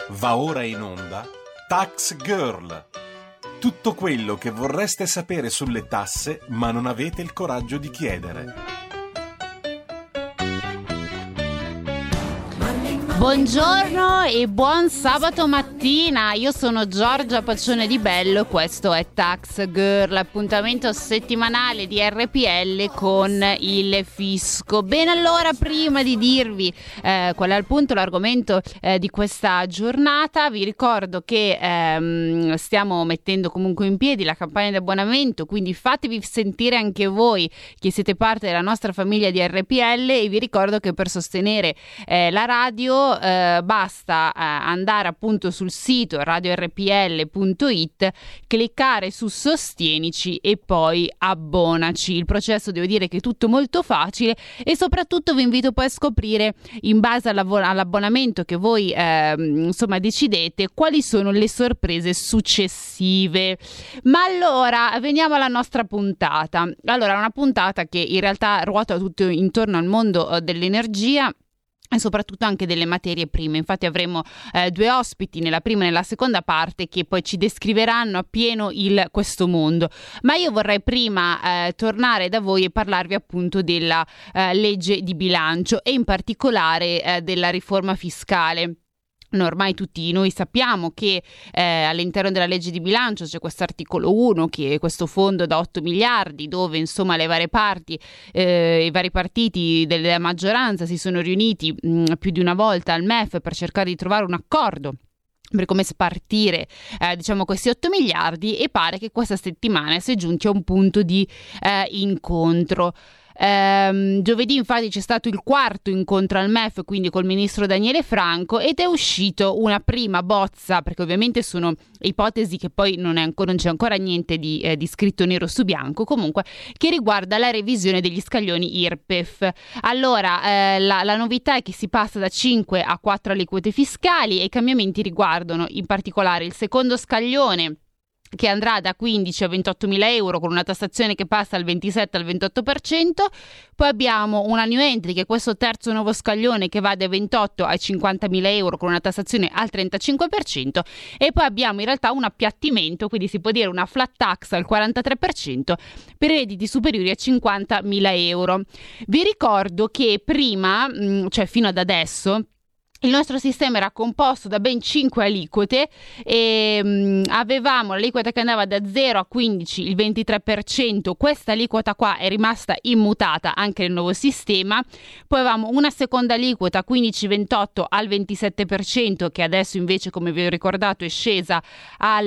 Va ora in onda Tax Girl. Tutto quello che vorreste sapere sulle tasse ma non avete il coraggio di chiedere. Buongiorno e buon sabato mattina, io sono Giorgia Paccione di Bello, questo è Tax Girl, appuntamento settimanale di RPL con il fisco. Bene, allora, prima di dirvi qual è appunto l'argomento di questa giornata, vi ricordo che stiamo mettendo comunque in piedi la campagna di abbonamento, quindi fatevi sentire anche voi che siete parte della nostra famiglia di RPL, e vi ricordo che per sostenere la radio basta andare appunto sul sito radiorpl.it, cliccare su Sostienici e poi Abbonaci. Il processo, devo dire che è tutto molto facile, e soprattutto vi invito poi a scoprire, in base all'abbonamento che voi decidete, quali sono le sorprese successive. Ma allora veniamo alla nostra puntata. Allora, una puntata che in realtà ruota tutto intorno al mondo dell'energia e soprattutto anche delle materie prime. Infatti avremo due ospiti nella prima e nella seconda parte che poi ci descriveranno appieno questo mondo. Ma io vorrei prima tornare da voi e parlarvi appunto della legge di bilancio, e in particolare della riforma fiscale. Ormai tutti noi sappiamo che all'interno della legge di bilancio c'è questo articolo 1, che è questo fondo da 8 miliardi, dove insomma le varie parti, i vari partiti della maggioranza si sono riuniti più di una volta al MEF per cercare di trovare un accordo per come spartire questi 8 miliardi, e pare che questa settimana si è giunti a un punto di incontro. Giovedì infatti c'è stato il quarto incontro al MEF, quindi col ministro Daniele Franco, ed è uscito una prima bozza, perché ovviamente sono ipotesi che poi non c'è ancora niente di scritto nero su bianco, comunque, che riguarda la revisione degli scaglioni IRPEF. Allora la novità è che si passa da 5 a 4 aliquote fiscali, e i cambiamenti riguardano in particolare il secondo scaglione, che andrà da 15 a 28 mila euro con una tassazione che passa dal 27 al 28%. Poi abbiamo una new entry, che è questo terzo nuovo scaglione, che va dai 28 ai 50 mila euro con una tassazione al 35%, e poi abbiamo in realtà un appiattimento, quindi si può dire una flat tax al 43% per redditi superiori a 50 mila euro. Vi ricordo che prima, cioè fino ad adesso, il nostro sistema era composto da ben 5 aliquote, e avevamo l'aliquota che andava da 0 a 15, il 23%. Questa aliquota qua è rimasta immutata anche nel nuovo sistema. Poi avevamo una seconda aliquota 15-28 al 27%, che adesso invece, come vi ho ricordato, è scesa al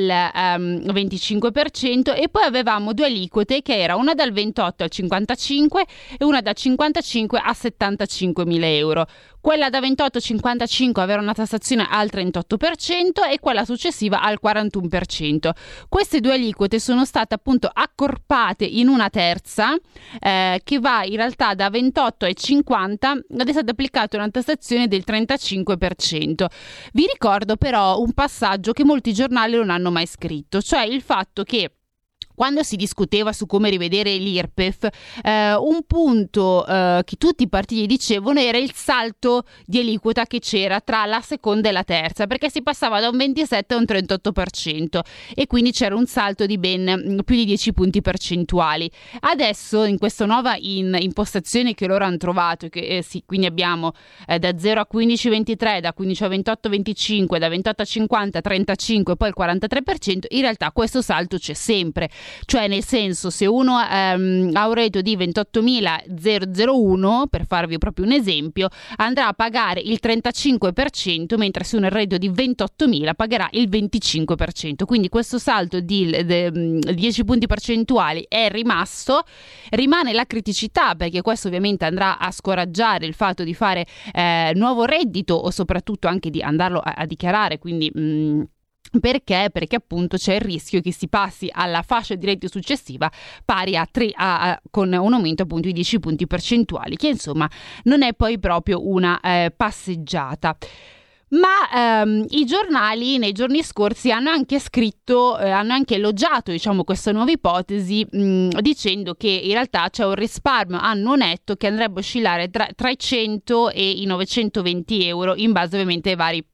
25%, e poi avevamo due aliquote, che era una dal 28 al 55 e una da 55 a 75 mila euro. Quella da 28-55 aveva una tassazione al 38% e quella successiva al 41%. Queste due aliquote sono state appunto accorpate in una terza, che va in realtà da 28 ai 50, ed è stata applicata una tassazione del 35%. Vi ricordo però un passaggio che molti giornali non hanno mai scritto, cioè il fatto che quando si discuteva su come rivedere l'IRPEF, un punto che tutti i partiti dicevano era il salto di aliquota che c'era tra la seconda e la terza, perché si passava da un 27 a un 38%, e quindi c'era un salto di ben più di 10 punti percentuali. Adesso, in questa nuova impostazione che loro hanno trovato, che quindi abbiamo da 0 a 15-23, da 15 a 28-25, da 28 a 50, 35 e poi il 43%, in realtà questo salto c'è sempre. Cioè, nel senso, se uno ha un reddito di 28.001, per farvi proprio un esempio, andrà a pagare il 35%, mentre se uno ha il reddito di 28.000 pagherà il 25%. Quindi questo salto di 10 punti percentuali è rimasto. Rimane la criticità, perché questo ovviamente andrà a scoraggiare il fatto di fare nuovo reddito, o soprattutto anche di andarlo a dichiarare, quindi Perché? Perché appunto c'è il rischio che si passi alla fascia di reddito successiva pari con un aumento appunto di 10 punti percentuali, che insomma non è poi proprio una passeggiata. Ma i giornali nei giorni scorsi hanno anche scritto, hanno anche elogiato, diciamo, questa nuova ipotesi, dicendo che in realtà c'è un risparmio annuo netto che andrebbe a oscillare tra i 100 e i 920 euro, in base ovviamente ai vari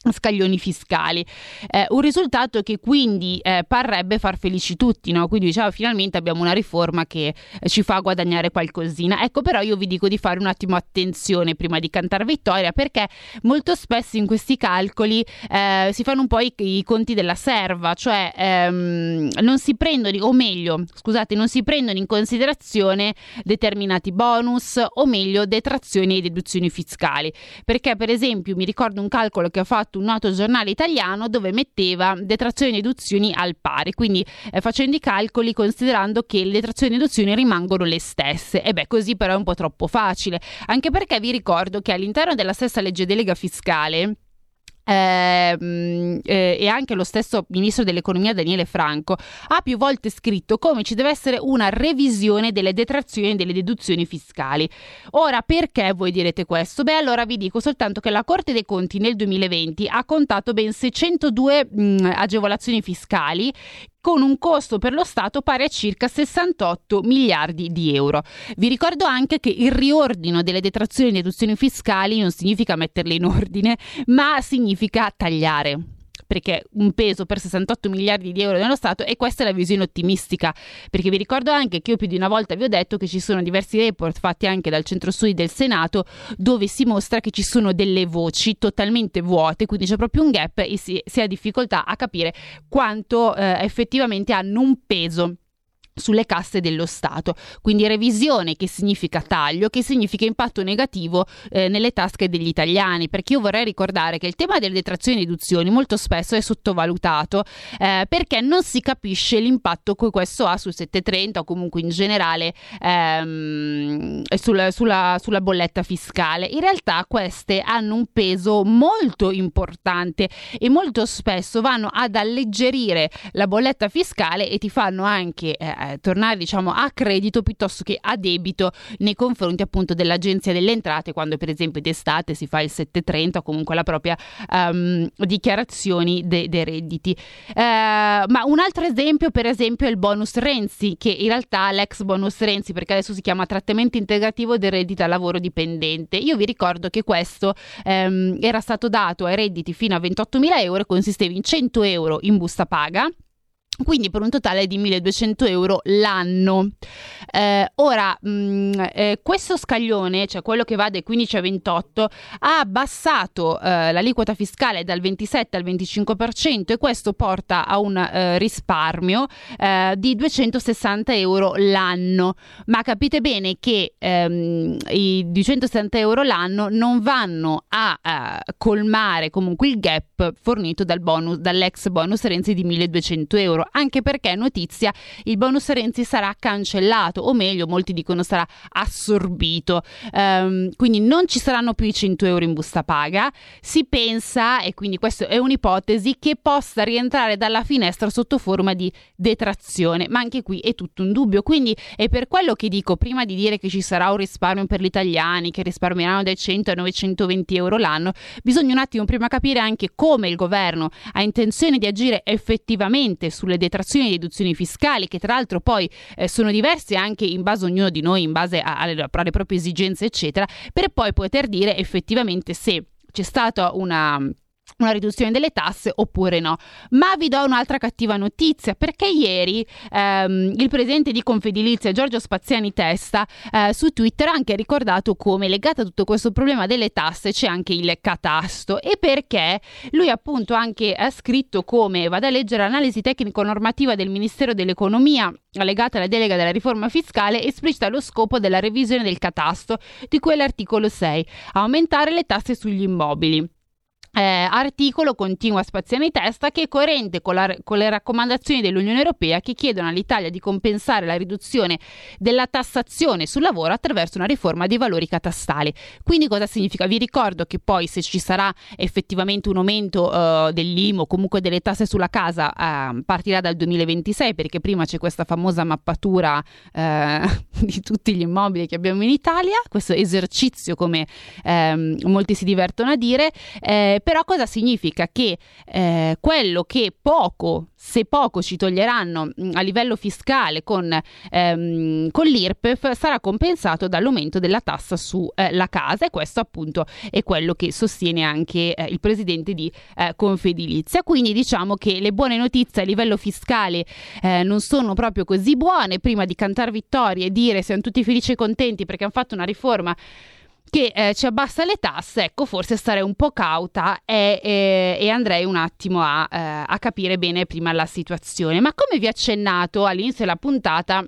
scaglioni fiscali, un risultato che quindi parrebbe far felici tutti, no? Quindi diciamo finalmente abbiamo una riforma che ci fa guadagnare qualcosina. Ecco, però io vi dico di fare un attimo attenzione prima di cantare vittoria, perché molto spesso in questi calcoli si fanno un po' i conti della serva, cioè non si prendono, o meglio, scusate, non si prendono in considerazione determinati bonus, o meglio detrazioni e deduzioni fiscali, perché per esempio mi ricordo un calcolo che ha fatto un noto giornale italiano dove metteva detrazioni e deduzioni al pari, quindi facendo i calcoli considerando che le detrazioni e deduzioni rimangono le stesse. E beh, così però è un po' troppo facile, anche perché vi ricordo che all'interno della stessa legge delega fiscale e anche lo stesso ministro dell'economia Daniele Franco ha più volte scritto come ci deve essere una revisione delle detrazioni e delle deduzioni fiscali. Ora, perché voi direte questo? Beh, allora vi dico soltanto che la Corte dei Conti nel 2020 ha contato ben 602 agevolazioni fiscali con un costo per lo Stato pari a circa 68 miliardi di euro. Vi ricordo anche che il riordino delle detrazioni e deduzioni fiscali non significa metterle in ordine, ma significa tagliare, perché un peso per 68 miliardi di euro nello Stato, e questa è la visione ottimistica, perché vi ricordo anche che io più di una volta vi ho detto che ci sono diversi report fatti anche dal centro studi del Senato dove si mostra che ci sono delle voci totalmente vuote, quindi c'è proprio un gap e si ha difficoltà a capire quanto effettivamente hanno un peso sulle casse dello Stato. Quindi revisione, che significa taglio, che significa impatto negativo nelle tasche degli italiani, perché io vorrei ricordare che il tema delle detrazioni e deduzioni molto spesso è sottovalutato perché non si capisce l'impatto che questo ha sul 730 o comunque in generale sulla bolletta fiscale. In realtà queste hanno un peso molto importante e molto spesso vanno ad alleggerire la bolletta fiscale e ti fanno anche tornare diciamo a credito piuttosto che a debito nei confronti appunto dell'Agenzia delle Entrate, quando per esempio d'estate si fa il 730 o comunque la propria dichiarazioni dei redditi. Ma un altro esempio per esempio è il bonus Renzi, che in realtà l'ex bonus Renzi, perché adesso si chiama trattamento integrativo del reddito a lavoro dipendente. Io vi ricordo che questo era stato dato ai redditi fino a 28.000 euro e consisteva in 100 euro in busta paga, quindi per un totale di 1.200 euro l'anno. Ora questo scaglione, cioè quello che va dai 15 a 28, ha abbassato l'aliquota fiscale dal 27 al 25% e questo porta a un risparmio di 260 euro l'anno. Ma capite bene che i 260 euro l'anno non vanno a colmare comunque il gap fornito dall'ex bonus Renzi di 1.200 euro. Anche perché, notizia, il bonus Renzi sarà cancellato, o meglio molti dicono sarà assorbito, quindi non ci saranno più i 100 euro in busta paga. Si pensa, e quindi questa è un'ipotesi, che possa rientrare dalla finestra sotto forma di detrazione, ma anche qui è tutto un dubbio. Quindi è per quello che dico, prima di dire che ci sarà un risparmio per gli italiani che risparmieranno dai 100 ai 920 euro l'anno, bisogna un attimo prima capire anche come il governo ha intenzione di agire effettivamente sulle detrazioni e deduzioni fiscali, che tra l'altro poi sono diverse anche in base a ognuno di noi, in base alle proprie esigenze eccetera, per poi poter dire effettivamente se c'è stata una riduzione delle tasse oppure no. Ma vi do un'altra cattiva notizia, perché ieri il presidente di Confedilizia Giorgio Spaziani Testa su Twitter ha anche ricordato come legata a tutto questo problema delle tasse c'è anche il catasto, e perché lui appunto anche ha scritto come, vado a leggere, l'analisi tecnico-normativa del Ministero dell'Economia legata alla delega della riforma fiscale esplicita lo scopo della revisione del catasto di cui è l'articolo 6, aumentare le tasse sugli immobili. Articolo, continua Spaziani Testa, che è coerente con le raccomandazioni dell'Unione Europea che chiedono all'Italia di compensare la riduzione della tassazione sul lavoro attraverso una riforma dei valori catastali. Quindi cosa significa? Vi ricordo che poi se ci sarà effettivamente un aumento dell'IMU o comunque delle tasse sulla casa partirà dal 2026, perché prima c'è questa famosa mappatura di tutti gli immobili che abbiamo in Italia, questo esercizio come molti si divertono a dire, Però cosa significa? Che quello che se poco ci toglieranno a livello fiscale con l'IRPEF sarà compensato dall'aumento della tassa sulla casa, e questo appunto è quello che sostiene anche il presidente di Confedilizia. Quindi diciamo che le buone notizie a livello fiscale non sono proprio così buone. Prima di cantare vittorie e dire siamo tutti felici e contenti perché hanno fatto una riforma che ci abbassa le tasse, ecco, forse starei un po' cauta e andrei un attimo a capire bene prima la situazione. Ma come vi ho accennato all'inizio della puntata,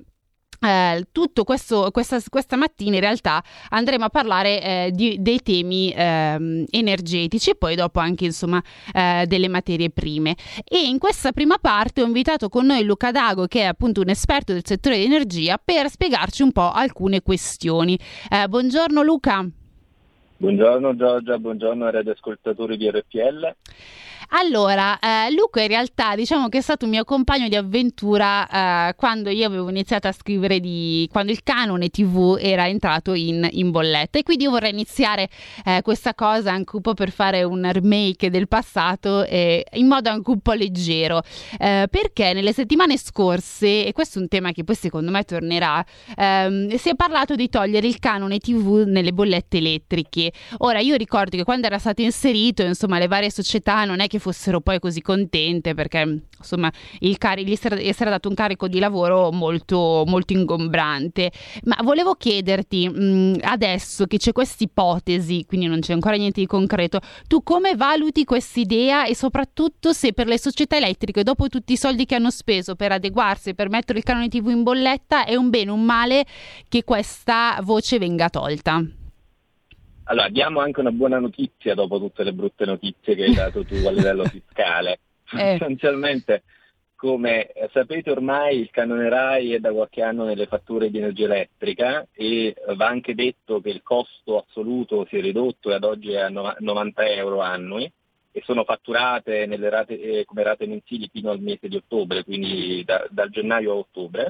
tutto questa mattina in realtà andremo a parlare dei temi energetici, e poi dopo anche insomma delle materie prime. E in questa prima parte ho invitato con noi Luca Dago, che è appunto un esperto del settore dell'energia, per spiegarci un po' alcune questioni. Buongiorno Luca. Buongiorno Giorgia, buongiorno ai radioascoltatori di RPL. Allora, Luca in realtà diciamo che è stato un mio compagno di avventura quando io avevo iniziato a scrivere quando il canone TV era entrato in bolletta, e quindi io vorrei iniziare questa cosa anche un po' per fare un remake del passato in modo anche un po' leggero, perché nelle settimane scorse, e questo è un tema che poi secondo me tornerà, si è parlato di togliere il canone TV nelle bollette elettriche. Ora io ricordo che quando era stato inserito, insomma, le varie società non è che fossero poi così contente, perché insomma gli era dato un carico di lavoro molto, molto ingombrante. Ma volevo chiederti, adesso che c'è questa ipotesi, quindi non c'è ancora niente di concreto, tu come valuti quest'idea, e soprattutto se per le società elettriche, dopo tutti i soldi che hanno speso per adeguarsi e per mettere il canone TV in bolletta, è un bene o un male che questa voce venga tolta? Allora, diamo anche una buona notizia dopo tutte le brutte notizie che hai dato tu a livello fiscale. Sostanzialmente, come sapete ormai, il canone RAI è da qualche anno nelle fatture di energia elettrica, e va anche detto che il costo assoluto si è ridotto e ad oggi è a 90 euro annui, e sono fatturate nelle rate, come rate mensili fino al mese di ottobre, quindi dal gennaio a ottobre.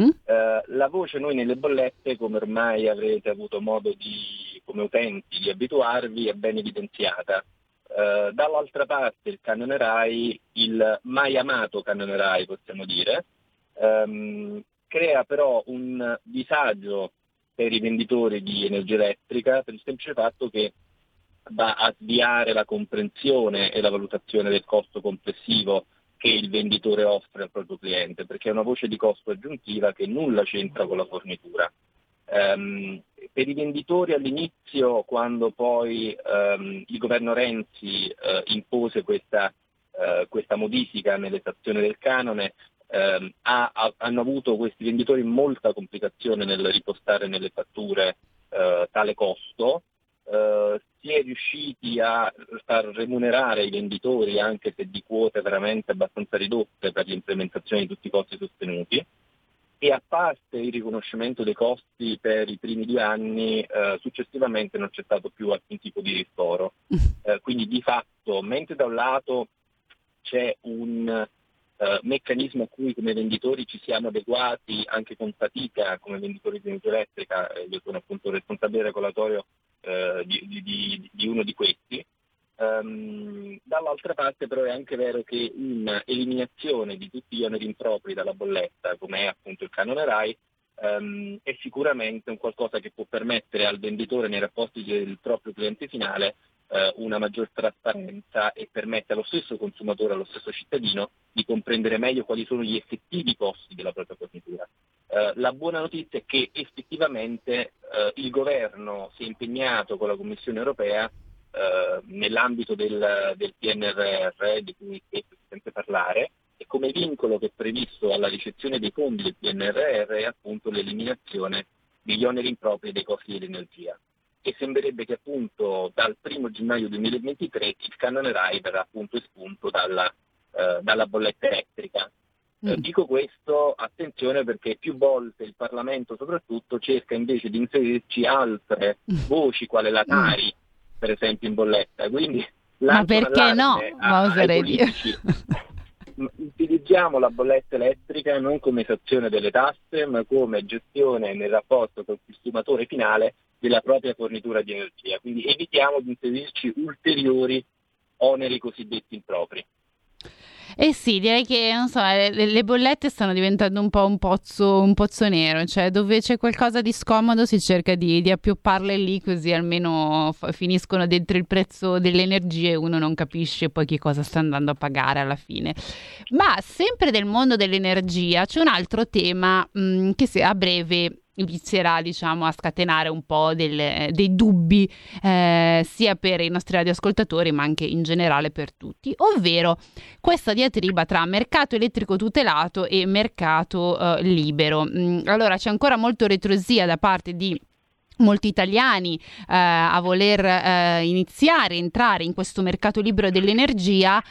La voce noi nelle bollette, come ormai avrete avuto modo come utenti di abituarvi, è ben evidenziata. Dall'altra parte il canone RAI, il mai amato canone RAI possiamo dire, crea però un disagio per i venditori di energia elettrica, per il semplice fatto che va a sviare la comprensione e la valutazione del costo complessivo che il venditore offre al proprio cliente, perché è una voce di costo aggiuntiva che nulla c'entra con la fornitura. Per i venditori all'inizio, quando poi il governo Renzi impose questa modifica nell'esazione del canone, hanno avuto questi venditori molta complicazione nel ripostare nelle fatture tale costo. Si è riusciti a far remunerare i venditori, anche se di quote veramente abbastanza ridotte per l'implementazione di tutti i costi sostenuti, e a parte il riconoscimento dei costi per i primi 2 anni, successivamente non c'è stato più alcun tipo di ristoro. Quindi di fatto, mentre da un lato c'è un meccanismo a cui come venditori ci siamo adeguati anche con fatica come venditori di energia elettrica, io sono appunto responsabile regolatorio di uno di questi. Dall'altra parte però è anche vero che un'eliminazione di tutti gli oneri impropri dalla bolletta, come è appunto il canone RAI, è sicuramente un qualcosa che può permettere al venditore nei rapporti del proprio cliente finale una maggior trasparenza, e permette allo stesso consumatore, allo stesso cittadino, di comprendere meglio quali sono gli effettivi costi della propria fornitura. La buona notizia è che effettivamente il governo si è impegnato con la Commissione europea nell'ambito del PNRR, di cui si sente parlare, e come vincolo che è previsto alla ricezione dei fondi del PNRR è appunto l'eliminazione degli oneri impropri dei costi dell'energia. E sembrerebbe che appunto dal 1 gennaio 2023 il canone RAI verrà appunto espunto dalla bolletta elettrica. Dico questo, attenzione, perché più volte il Parlamento soprattutto cerca invece di inserirci altre voci, quale la Tari, per esempio, in bolletta. Quindi ma perché no? Ma oserei dire. Utilizziamo la bolletta elettrica non come esazione delle tasse, ma come gestione nel rapporto col consumatore finale della propria fornitura di energia. Quindi evitiamo di inserirci ulteriori oneri cosiddetti impropri. Eh sì, direi che non so, le bollette stanno diventando un po' un pozzo nero, cioè dove c'è qualcosa di scomodo si cerca di appiopparle lì, così almeno finiscono dentro il prezzo dell'energia e uno non capisce poi che cosa sta andando a pagare alla fine. Ma sempre del mondo dell'energia c'è un altro tema che a breve inizierà, diciamo, a scatenare un po' dei dubbi sia per i nostri radioascoltatori ma anche in generale per tutti, ovvero questa diatriba tra mercato elettrico tutelato e mercato libero. Allora c'è ancora molto retrosia da parte di molti italiani a voler entrare in questo mercato libero dell'energia,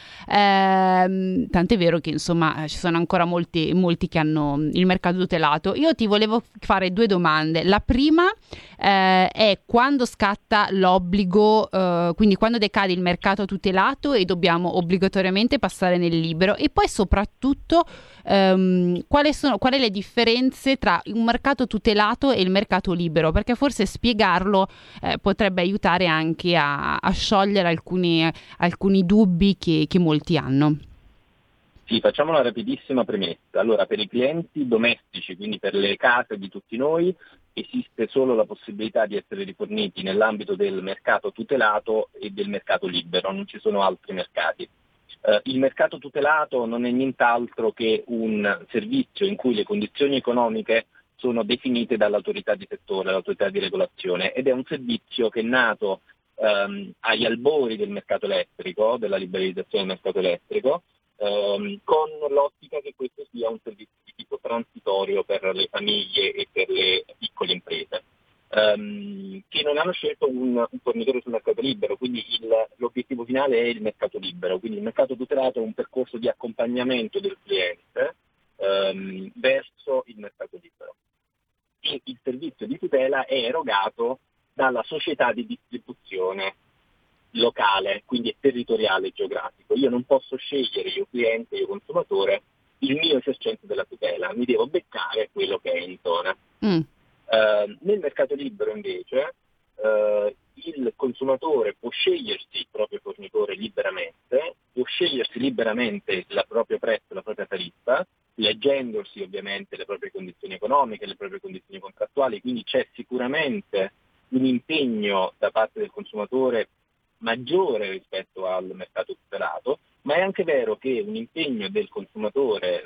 tant'è vero che insomma ci sono ancora molti che hanno il mercato tutelato. Io ti volevo fare due domande. La prima è quando scatta l'obbligo, quindi quando decade il mercato tutelato e dobbiamo obbligatoriamente passare nel libero, e poi soprattutto quali le differenze tra un mercato tutelato e il mercato libero, perché forse spiegarlo potrebbe aiutare anche a sciogliere alcuni dubbi che molti hanno. Sì, facciamo una rapidissima premessa. Allora, per i clienti domestici, quindi per le case di tutti noi, esiste solo la possibilità di essere riforniti nell'ambito del mercato tutelato e del mercato libero, non ci sono altri mercati. Il mercato tutelato non è nient'altro che un servizio in cui le condizioni economiche sono definite dall'autorità di settore, l'autorità di regolazione, ed è un servizio che è nato agli albori del mercato elettrico, della liberalizzazione del mercato elettrico, con l'ottica che questo sia un servizio di tipo transitorio per le famiglie e per le piccole imprese, che non hanno scelto un fornitore sul mercato libero, quindi l'obiettivo finale è il mercato libero, quindi il mercato tutelato è un percorso di accompagnamento del cliente verso il mercato libero. E il servizio di tutela è erogato dalla società di distribuzione locale, quindi è territoriale e geografico. Io non posso scegliere, io cliente, io consumatore, il mio esercente della tutela, mi devo beccare quello che è in zona. Nel mercato libero invece il consumatore può scegliersi il proprio fornitore liberamente, può scegliersi liberamente il proprio prezzo, la propria tariffa, leggendosi ovviamente le proprie condizioni economiche, le proprie condizioni contrattuali, quindi c'è sicuramente un impegno da parte del consumatore maggiore rispetto al mercato tutelato, ma è anche vero che un impegno del consumatore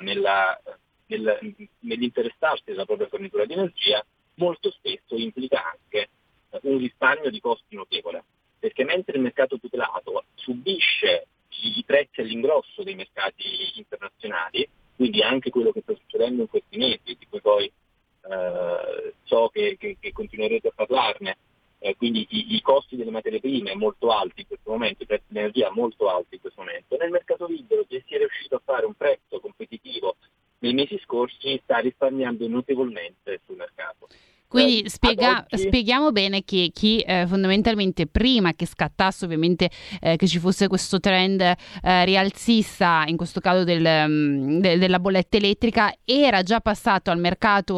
nell'interessarsi della propria fornitura di energia molto spesso implica anche un risparmio di costi notevole, perché mentre il mercato tutelato subisce i prezzi all'ingrosso dei mercati internazionali, quindi anche quello che sta succedendo in questi mesi, di cui poi so che continuerete a parlarne, quindi i costi delle materie prime molto alti in questo momento, i prezzi dell'energia molto alti in questo momento. Nel mercato libero, che si è riuscito a fare un prezzo competitivo nei mesi scorsi, sta risparmiando notevolmente sul mercato. Quindi spieghiamo bene che chi fondamentalmente prima che scattasse ovviamente che ci fosse questo trend rialzista, in questo caso della bolletta elettrica, era già passato al mercato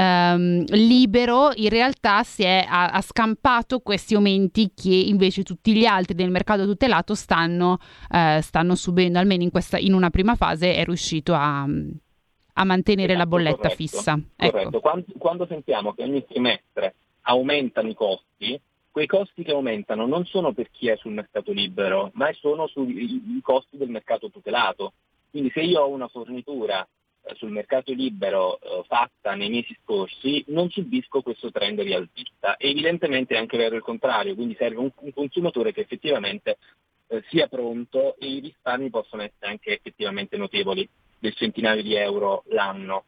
libero, in realtà ha scampato questi aumenti che invece tutti gli altri del mercato tutelato stanno subendo, almeno in una prima fase è riuscito a mantenere la bolletta corretto, fissa. Corretto. Ecco. Quando sentiamo che ogni trimestre aumentano i costi, quei costi che aumentano non sono per chi è sul mercato libero, ma sono sui costi del mercato tutelato. Quindi se io ho una fornitura sul mercato libero fatta nei mesi scorsi, non subisco questo trend rialzista. Evidentemente è anche vero il contrario, quindi serve un consumatore che effettivamente sia pronto, e i risparmi possono essere anche effettivamente notevoli, del centinaio di euro l'anno.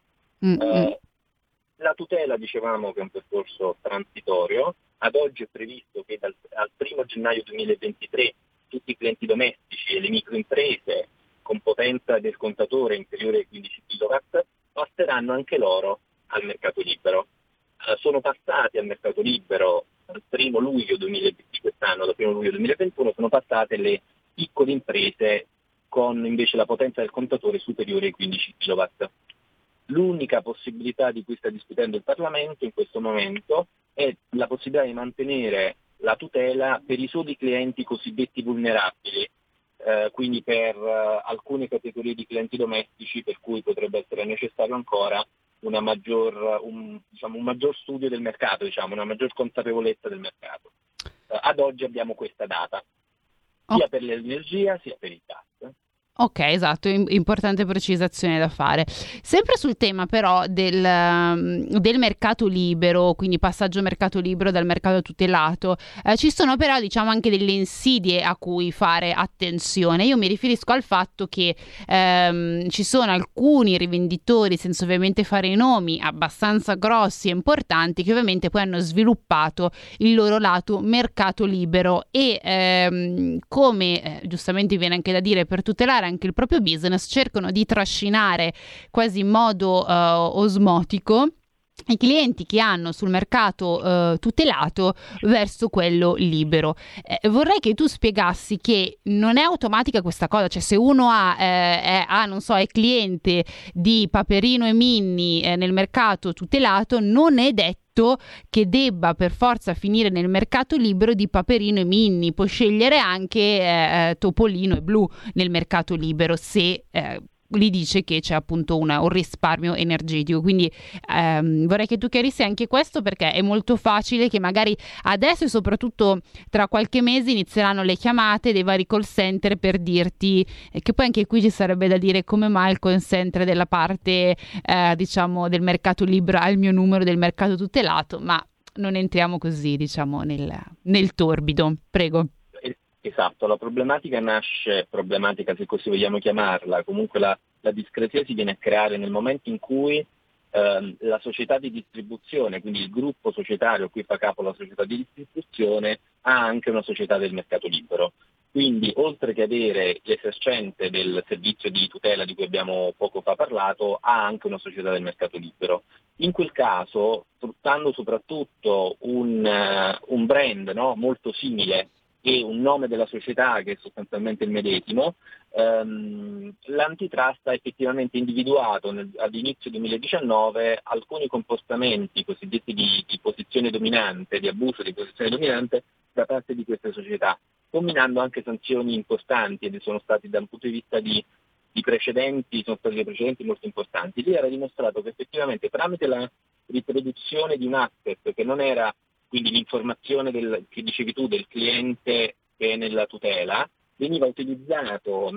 La tutela, dicevamo che è un percorso transitorio, ad oggi è previsto che al 1 gennaio 2023 tutti i clienti domestici e le microimprese con potenza del contatore inferiore ai 15 kW passeranno anche loro al mercato libero. Sono passati al mercato libero dal 1 luglio 2020 quest'anno, dal 1 luglio 2021 sono passate le piccole imprese con invece la potenza del contatore superiore ai 15 kW. L'unica possibilità di cui sta discutendo il Parlamento in questo momento è la possibilità di mantenere la tutela per i soli clienti cosiddetti vulnerabili, quindi per alcune categorie di clienti domestici per cui potrebbe essere necessario ancora un maggior studio del mercato, una maggior consapevolezza del mercato. Ad oggi abbiamo questa data, sia per l'energia sia per il gas. Ok, esatto, importante precisazione da fare. Sempre sul tema però del mercato libero, quindi passaggio mercato libero dal mercato tutelato, ci sono però anche delle insidie a cui fare attenzione. Io mi riferisco al fatto che ci sono alcuni rivenditori, senza ovviamente fare i nomi, abbastanza grossi e importanti, che ovviamente poi hanno sviluppato il loro lato mercato libero e come giustamente viene anche da dire, per tutelare anche il proprio business, cercano di trascinare quasi in modo osmotico i clienti che hanno sul mercato tutelato verso quello libero. Vorrei che tu spiegassi che non è automatica questa cosa, cioè se uno è cliente di Paperino e Minni nel mercato tutelato, non è detto che debba per forza finire nel mercato libero di Paperino e Minni, può scegliere anche Topolino e Blu nel mercato libero se gli dice che c'è appunto un risparmio energetico. Quindi vorrei che tu chiarissi anche questo, perché è molto facile che magari adesso e soprattutto tra qualche mese inizieranno le chiamate dei vari call center per dirti che poi anche qui ci sarebbe da dire come mai il call center della parte del mercato libero ha il mio numero del mercato tutelato, ma non entriamo così nel torbido. Prego. Esatto, la problematica se così vogliamo chiamarla, comunque la discrasia si viene a creare nel momento in cui la società di distribuzione, quindi il gruppo societario a cui fa capo la società di distribuzione, ha anche una società del mercato libero. Quindi oltre che avere l'esercente del servizio di tutela di cui abbiamo poco fa parlato, ha anche una società del mercato libero. In quel caso, sfruttando soprattutto un brand molto simile e un nome della società che è sostanzialmente il medesimo, l'antitrust ha effettivamente individuato ad inizio 2019 alcuni comportamenti cosiddetti di posizione dominante, di abuso di posizione dominante da parte di queste società, combinando anche sanzioni importanti, e sono stati dal punto di vista di precedenti, sono stati dei precedenti molto importanti. Lì era dimostrato che effettivamente tramite la riproduzione di un asset che non era quindi l'informazione che dicevi tu del cliente che è nella tutela, veniva utilizzato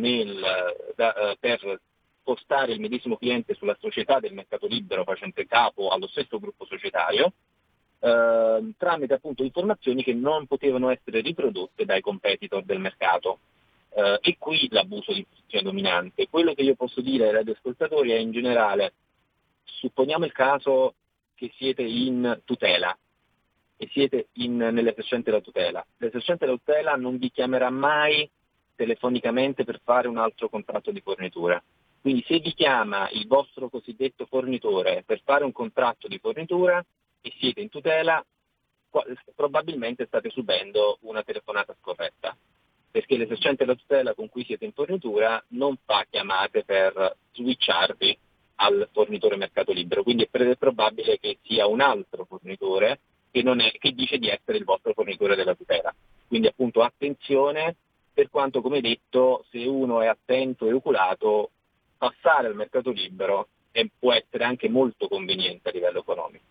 per spostare il medesimo cliente sulla società del mercato libero facente capo allo stesso gruppo societario, tramite appunto informazioni che non potevano essere riprodotte dai competitor del mercato. E qui l'abuso di posizione dominante. Quello che io posso dire ai radioascoltatori è in generale, supponiamo il caso che siete in tutela e siete nell'esercente della tutela. L'esercente della tutela non vi chiamerà mai telefonicamente per fare un altro contratto di fornitura. Quindi se vi chiama il vostro cosiddetto fornitore per fare un contratto di fornitura e siete in tutela, probabilmente state subendo una telefonata scorretta, perché l'esercente della tutela con cui siete in fornitura non fa chiamate per switcharvi al fornitore mercato libero. Quindi è probabile che sia un altro fornitore che dice di essere il vostro fornitore della tutela. Quindi appunto attenzione, per quanto come detto, se uno è attento e oculato, passare al mercato libero può essere anche molto conveniente a livello economico.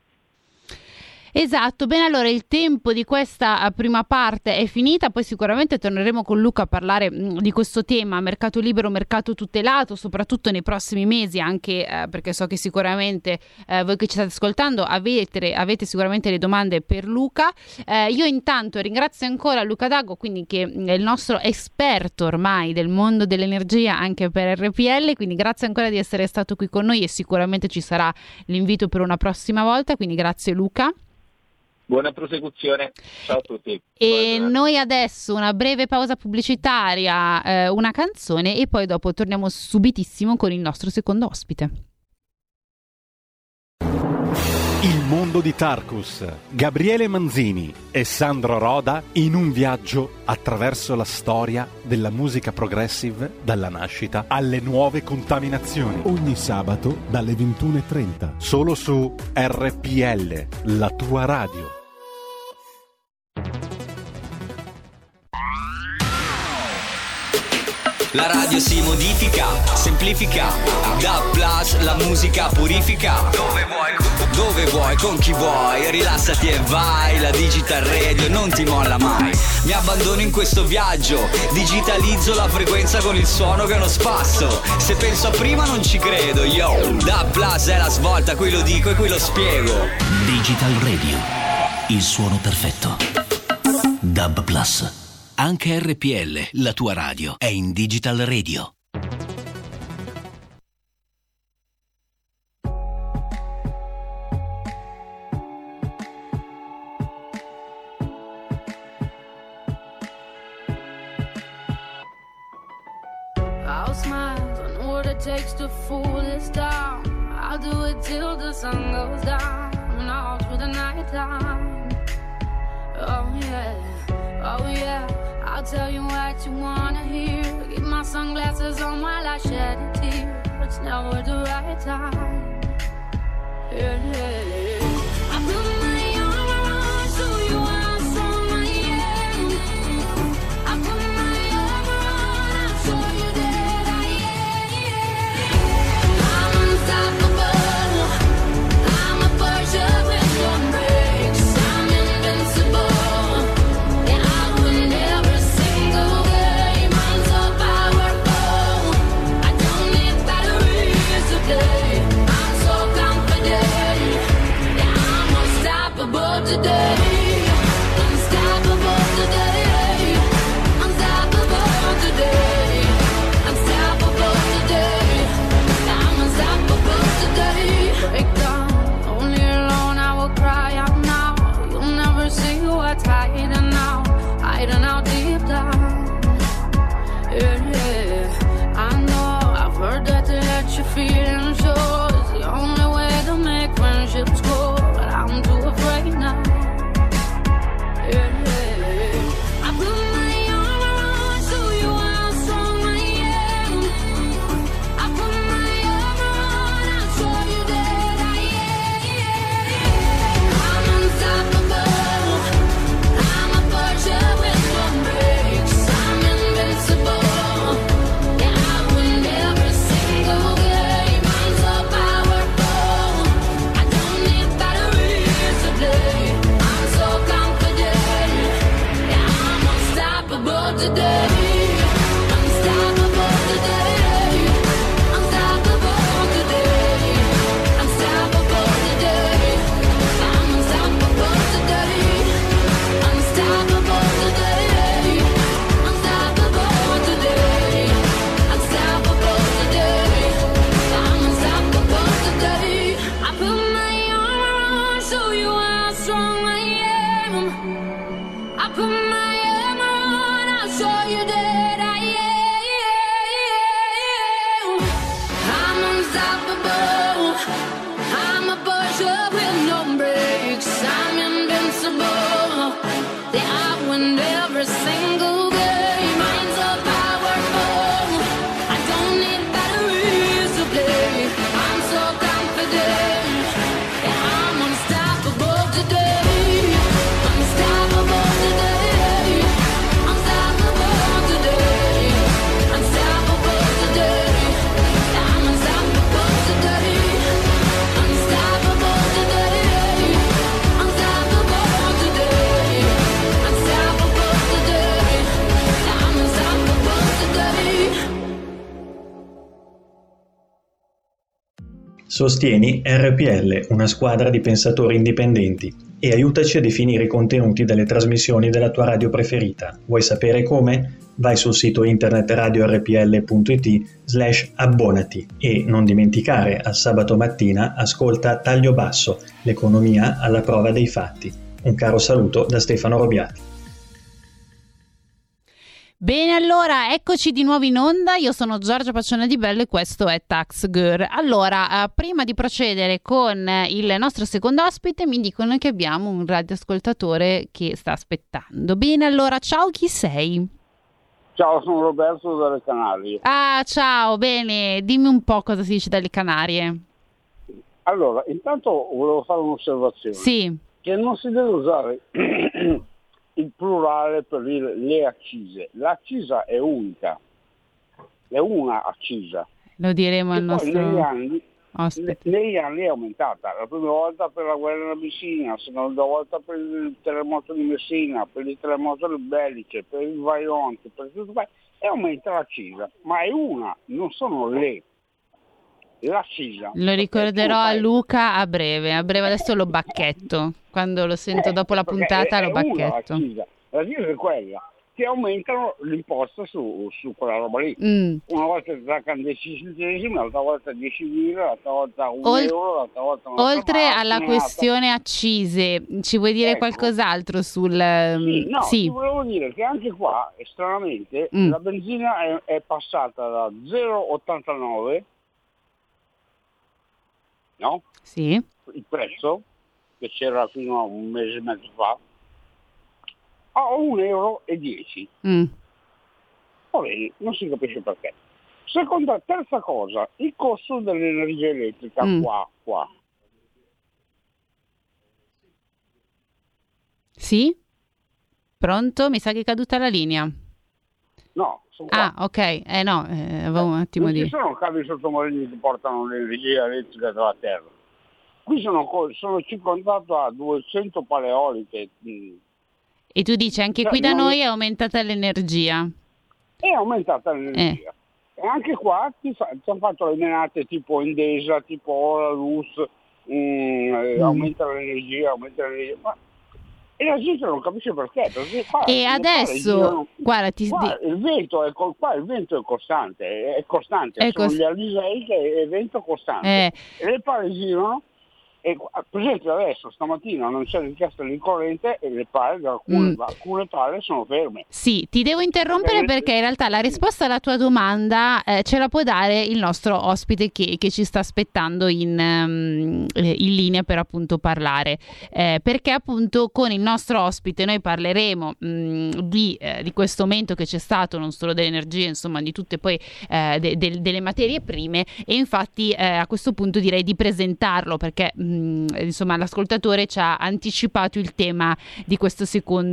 Esatto, bene, allora il tempo di questa prima parte è finita, poi sicuramente torneremo con Luca a parlare di questo tema, mercato libero, mercato tutelato, soprattutto nei prossimi mesi, anche perché so che sicuramente voi che ci state ascoltando avete sicuramente le domande per Luca. Io intanto ringrazio ancora Luca Dago, quindi che è il nostro esperto ormai del mondo dell'energia anche per RPL, quindi grazie ancora di essere stato qui con noi e sicuramente ci sarà l'invito per una prossima volta, quindi grazie Luca. Buona prosecuzione, ciao a tutti. E noi adesso una breve pausa pubblicitaria, una canzone e poi dopo torniamo subitissimo con il nostro secondo ospite. Il mondo di Tarkus, Gabriele Manzini e Sandro Roda in un viaggio attraverso la storia della musica progressive dalla nascita alle nuove contaminazioni. Ogni sabato dalle 21:30. Solo su RPL, la tua radio. La radio si modifica, semplifica. DAB Plus, la musica purifica. Dove vuoi, con chi vuoi, rilassati e vai. La Digital Radio non ti molla mai. Mi abbandono in questo viaggio, digitalizzo la frequenza con il suono che è uno spasso. Se penso a prima non ci credo, yo. DAB Plus è la svolta, qui lo dico e qui lo spiego. Digital Radio, il suono perfetto. DAB Plus, anche RPL, la tua radio, è in Digital Radio. I'll smile, I know what it takes to fool this town. I'll do it till the sun goes down and all through the night time. Oh yeah, I'll tell you what you wanna hear. Keep my sunglasses on while I shed a tear. It's never the right time. Yeah. I put my arm around, show you how strong I am. I put my arm around, I'll show you that I am. I'm unstoppable. I'm a Porsche with no brakes. I'm invincible. And I win every single game. I'm so powerful. I don't need batteries today. I'm so confident. Yeah, I'm unstoppable today. Unstoppable today. Unstoppable today. Unstoppable today. I'm unstoppable today. Break down, only alone I will cry out now. You'll never see what's hiding out deep down. Yeah. I know, I've heard that to let you feel and show is the only way to make friendships grow, but I'm too afraid now. Yeah. I put my arm around, show you how strong I am. I put my arm around, I'll show you that I am. I'm unstoppable. I'm a Porsche with no brakes. I'm invincible. Yeah, I win every single game. I'm so powerful. I don't need batteries today. I'm so confident. Yeah, I'm unstoppable today. Unstoppable today. Unstoppable today. Unstoppable today. I'm unstoppable today. Unstoppable today. Unstoppable today. Unstoppable today. I'm unstoppable today. I put my arm around, show you how strong I am. I put my arm around, I'll show you that I am. I'm unstoppable. I'm a Porsche with no brakes. I'm invincible. Yeah, I win every single game. I'm so powerful. I don't need batteries to play. I'm so confident. Yeah, I'm unstoppable today. Unstoppable today. Unstoppable today. Unstoppable today. Yeah, I'm unstoppable today. Unstoppable today. Unstoppable today. Unstoppable today. Yeah, I'm unstoppable today. Sostieni RPL, una squadra di pensatori indipendenti, e aiutaci a definire i contenuti delle trasmissioni della tua radio preferita. Vuoi sapere come? Vai sul sito internet radiorpl.it/abbonati e non dimenticare, al sabato mattina ascolta Taglio Basso, l'economia alla prova dei fatti. Un caro saluto da Stefano Robiati. Bene, allora, eccoci di nuovo in onda. Io sono Giorgia Paccione di Bello e questo è Tax Girl. Allora, prima di procedere con il nostro secondo ospite, mi dicono che abbiamo un radioascoltatore che sta aspettando. Bene, allora, ciao, chi sei? Ciao, sono Roberto dalle Canarie. Ah, ciao, bene, dimmi un po' cosa si dice dalle Canarie. Allora, intanto volevo fare un'osservazione. Sì. Che non si deve usare il plurale per dire le accise. L'accisa è unica. è una accisa. Lo diremo al nostro negli anni è aumentata. La prima volta per la guerra in Abissina, la seconda volta per il terremoto di Messina, per il terremoto del Belice, per il Vajont, per tutto questo, e aumenta l'accisa. Ma è una, non sono l'accisa. Lo ricorderò a Luca a breve adesso lo bacchetto, quando lo sento dopo la puntata lo bacchetto. L'accisa è quella che aumentano l'imposta su quella roba lì. Una volta attaccano 10 centesimi, l'altra volta 10 lire, l'altra volta un euro, l'altra volta una oltre alla questione accise, ci vuoi dire qualcos'altro sul... Sì, ti volevo dire che anche qua, stranamente, la benzina è passata da 0,89, no? Sì. Il prezzo, che c'era fino a un mese e mezzo fa, a 1,10 euro. Va bene, non si capisce perché. Terza cosa, il costo dell'energia elettrica qua. Sì? Pronto? Mi sa che è caduta la linea. No, sono qua. Ah, ok. No, avevo un attimo non ci sono cavi sottomarini che portano l'energia elettrica dalla terra. Qui sono circondato a 200 pale eoliche. E tu dici anche qui da noi è aumentata l'energia. È aumentata l'energia. E anche qua ci hanno fatto le menate tipo Endesa, tipo Ora Luz, aumenta l'energia. E la gente non capisce perché. E adesso, guarda, il vento è costante, sono gli alisei che è vento costante. E le pale girano. E per esempio adesso stamattina non c'è richiesta di corrente e le pale, alcune pale sono ferme. Sì, ti devo interrompere perché in realtà la risposta alla tua domanda ce la può dare il nostro ospite che ci sta aspettando in linea per appunto parlare, perché appunto con il nostro ospite noi parleremo di questo aumento che c'è stato, non solo dell'energia, insomma di tutte poi delle materie prime, e infatti a questo punto direi di presentarlo perché insomma l'ascoltatore ci ha anticipato il tema di questo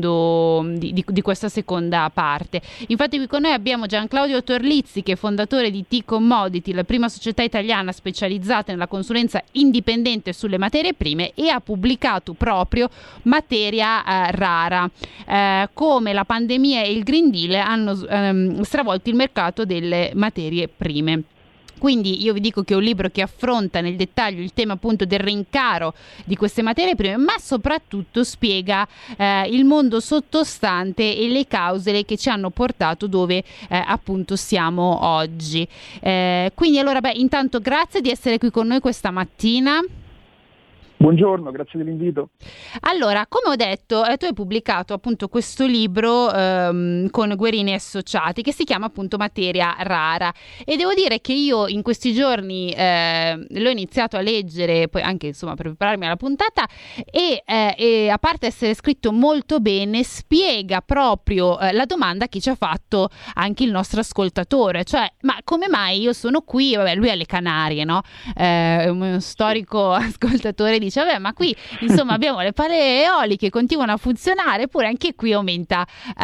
di questa seconda parte. Infatti qui con noi abbiamo Gianclaudio Torlizzi, che è fondatore di T-Commodity, la prima società italiana specializzata nella consulenza indipendente sulle materie prime, e ha pubblicato proprio Materia Rara, come la pandemia e il Green Deal hanno stravolto il mercato delle materie prime. Quindi io vi dico che è un libro che affronta nel dettaglio il tema appunto del rincaro di queste materie prime, ma soprattutto spiega il mondo sottostante e le cause che ci hanno portato dove appunto siamo oggi. Quindi allora intanto grazie di essere qui con noi questa mattina. Buongiorno, grazie dell'invito. Allora, come ho detto, tu hai pubblicato appunto questo libro con Guerini Associati che si chiama appunto Materia Rara, e devo dire che io in questi giorni l'ho iniziato a leggere, poi anche insomma per prepararmi alla puntata, e a parte essere scritto molto bene, spiega proprio la domanda che ci ha fatto anche il nostro ascoltatore, cioè ma come mai io sono qui, vabbè lui è alle Canarie, no? Uno storico ascoltatore dice vabbè ma qui insomma abbiamo le pale eoliche, continuano a funzionare, eppure anche qui c'è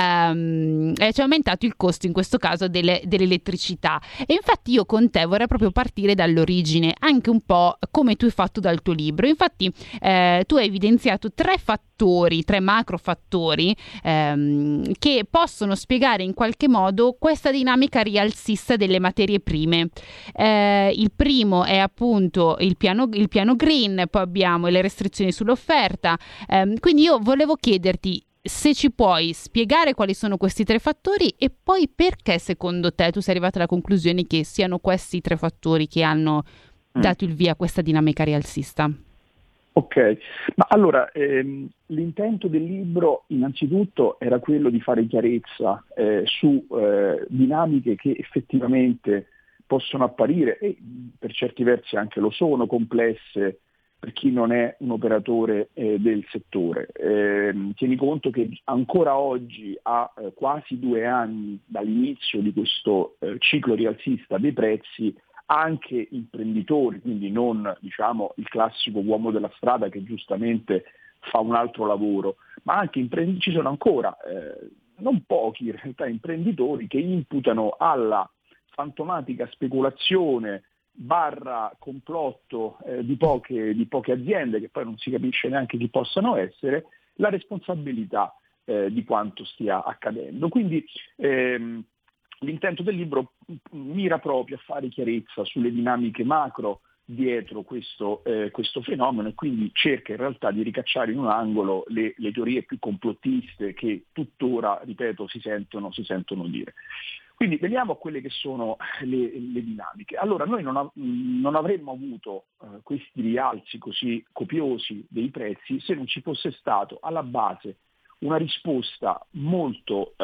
aumentato il costo in questo caso dell'elettricità. E infatti io con te vorrei proprio partire dall'origine, anche un po' come tu hai fatto dal tuo libro. Infatti tu hai evidenziato tre macro fattori che possono spiegare in qualche modo questa dinamica rialzista delle materie prime. Il primo è appunto il piano green, poi abbiamo le restrizioni sull'offerta, quindi io volevo chiederti se ci puoi spiegare quali sono questi tre fattori e poi perché secondo te tu sei arrivata alla conclusione che siano questi tre fattori che hanno dato il via a questa dinamica rialzista. Ok, ma allora l'intento del libro innanzitutto era quello di fare chiarezza su dinamiche che effettivamente possono apparire, e per certi versi anche lo sono, complesse per chi non è un operatore del settore. Tieni conto che ancora oggi, a quasi 2 anni dall'inizio di questo ciclo rialzista dei prezzi, anche imprenditori, quindi non diciamo il classico uomo della strada che giustamente fa un altro lavoro, ma anche ci sono ancora non pochi in realtà imprenditori che imputano alla fantomatica speculazione barra complotto di poche aziende, che poi non si capisce neanche chi possano essere, la responsabilità di quanto stia accadendo. Quindi l'intento del libro mira proprio a fare chiarezza sulle dinamiche macro dietro questo fenomeno, e quindi cerca in realtà di ricacciare in un angolo le teorie più complottiste che tuttora, ripeto, si sentono dire. Quindi veniamo a quelle che sono le dinamiche. Allora, noi non avremmo avuto questi rialzi così copiosi dei prezzi se non ci fosse stato alla base una risposta molto,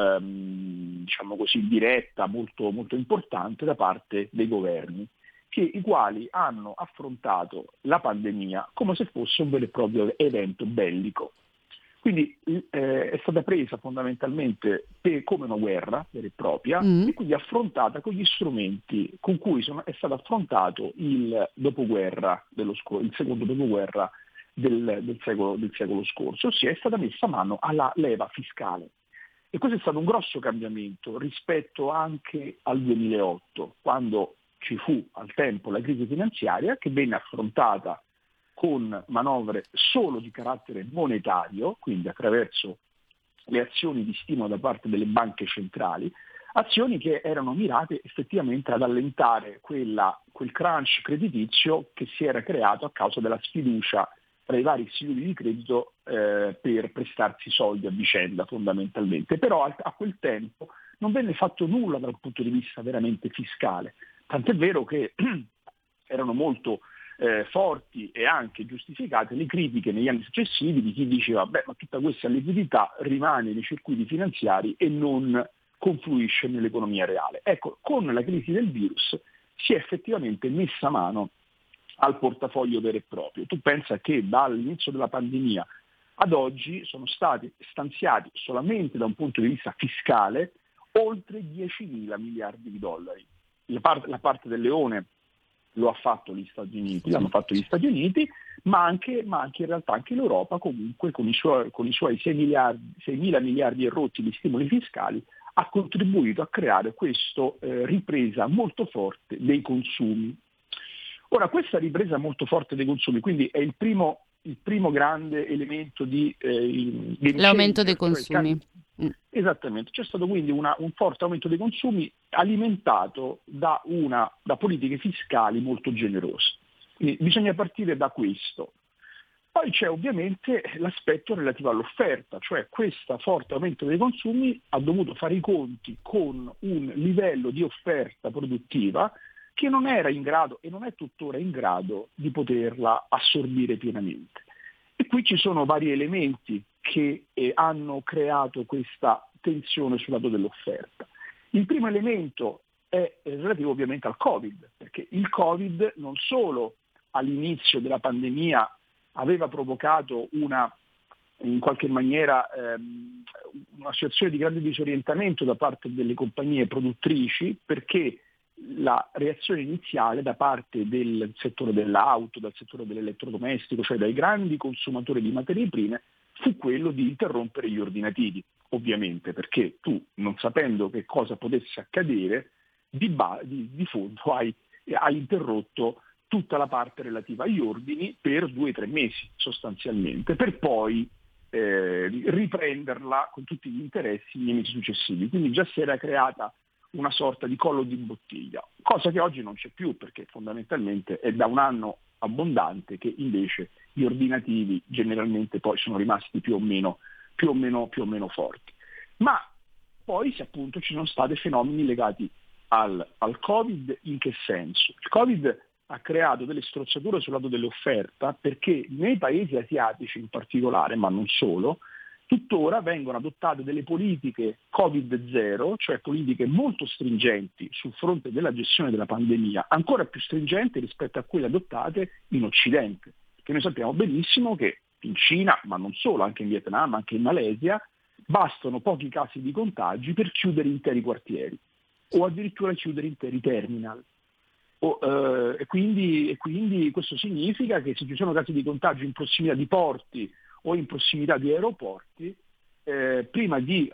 diciamo così, diretta, molto, molto importante da parte dei governi, i quali hanno affrontato la pandemia come se fosse un vero e proprio evento bellico. Quindi è stata presa fondamentalmente come una guerra vera e propria, e quindi affrontata con gli strumenti con cui è stato affrontato il dopoguerra, il secondo dopoguerra del secolo scorso, ossia è stata messa mano alla leva fiscale. E questo è stato un grosso cambiamento rispetto anche al 2008, quando ci fu al tempo la crisi finanziaria, che venne affrontata con manovre solo di carattere monetario, quindi attraverso le azioni di stimolo da parte delle banche centrali, azioni che erano mirate effettivamente ad allentare quel crunch creditizio che si era creato a causa della sfiducia tra i vari istituti di credito per prestarsi soldi a vicenda fondamentalmente. Però a quel tempo non venne fatto nulla dal punto di vista veramente fiscale, tant'è vero che erano molto forti e anche giustificate le critiche negli anni successivi di chi diceva ma tutta questa liquidità rimane nei circuiti finanziari e non confluisce nell'economia reale. Ecco, con la crisi del virus si è effettivamente messa mano al portafoglio vero e proprio. Tu pensa che dall'inizio della pandemia ad oggi sono stati stanziati solamente da un punto di vista fiscale oltre 10.000 miliardi di dollari. La parte del leone lo ha fatto l'hanno fatto gli Stati Uniti, ma anche in realtà anche l'Europa, comunque con i suoi 6.000 miliardi e rotti di stimoli fiscali, ha contribuito a creare questa ripresa molto forte dei consumi. Ora, questa ripresa molto forte dei consumi, quindi è il primo grande elemento di l'aumento dei consumi. Esattamente, c'è stato quindi un forte aumento dei consumi alimentato da politiche fiscali molto generose. Quindi bisogna partire da questo. Poi c'è ovviamente l'aspetto relativo all'offerta, cioè questo forte aumento dei consumi ha dovuto fare i conti con un livello di offerta produttiva che non era in grado e non è tuttora in grado di poterla assorbire pienamente. E qui ci sono vari elementi che hanno creato questa tensione sul lato dell'offerta. Il primo elemento è relativo ovviamente al Covid, perché il Covid non solo all'inizio della pandemia aveva provocato in qualche maniera una situazione di grande disorientamento da parte delle compagnie produttrici, perché la reazione iniziale da parte del settore dell'auto, dal settore dell'elettrodomestico, cioè dai grandi consumatori di materie prime, fu quello di interrompere gli ordinativi, ovviamente, perché tu, non sapendo che cosa potesse accadere, di fondo hai interrotto tutta la parte relativa agli ordini per 2 o 3 mesi sostanzialmente, per poi riprenderla con tutti gli interessi nei mesi successivi. Quindi già si era creata una sorta di collo di bottiglia, cosa che oggi non c'è più, perché fondamentalmente è da un anno abbondante che invece gli ordinativi generalmente poi sono rimasti più o meno forti. Ma poi appunto ci sono stati fenomeni legati al Covid. In che senso? Il Covid ha creato delle strozzature sul lato dell'offerta, perché nei paesi asiatici in particolare, ma non solo, tuttora vengono adottate delle politiche Covid-0, cioè politiche molto stringenti sul fronte della gestione della pandemia, ancora più stringenti rispetto a quelle adottate in Occidente. Perché noi sappiamo benissimo che in Cina, ma non solo, anche in Vietnam, anche in Malesia, bastano pochi casi di contagi per chiudere interi quartieri o addirittura chiudere interi terminal. E quindi questo significa che se ci sono casi di contagio in prossimità di porti o in prossimità di aeroporti, prima di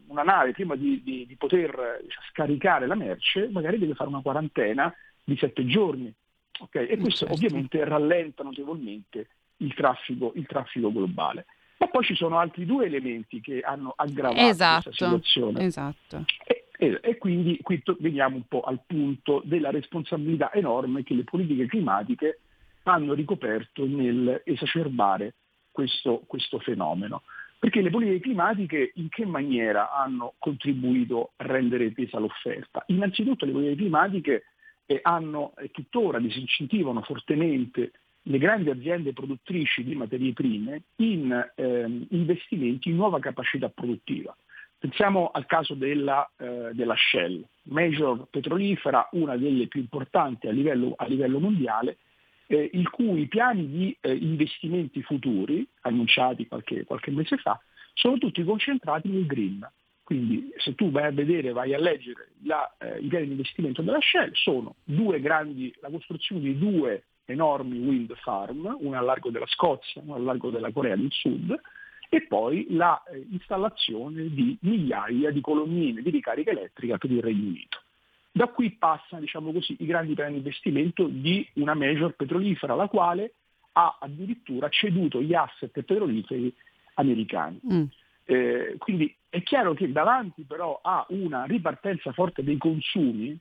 poter scaricare la merce, magari deve fare una quarantena di 7 giorni. Okay? E questo ovviamente rallenta notevolmente il traffico globale. Ma poi ci sono altri 2 elementi che hanno aggravato questa situazione. Esatto. E quindi qui veniamo un po' al punto della responsabilità enorme che le politiche climatiche hanno ricoperto nel esacerbare questo fenomeno. Perché le politiche climatiche in che maniera hanno contribuito a rendere tesa l'offerta? Innanzitutto le politiche climatiche hanno e tuttora disincentivano fortemente le grandi aziende produttrici di materie prime in investimenti in nuova capacità produttiva. Pensiamo al caso della Shell, major petrolifera, una delle più importanti a livello mondiale, il cui piani di investimenti futuri, annunciati qualche mese fa, sono tutti concentrati nel green. Quindi se tu vai a leggere i piani di investimento della Shell, sono la costruzione di 2 enormi wind farm, una al largo della Scozia, una al largo della Corea del Sud, e poi la installazione di migliaia di colonnine di ricarica elettrica per il Regno Unito. Da qui passano, i grandi piani di investimento di una major petrolifera, la quale ha addirittura ceduto gli asset petroliferi americani. Quindi è chiaro che davanti però a una ripartenza forte dei consumi,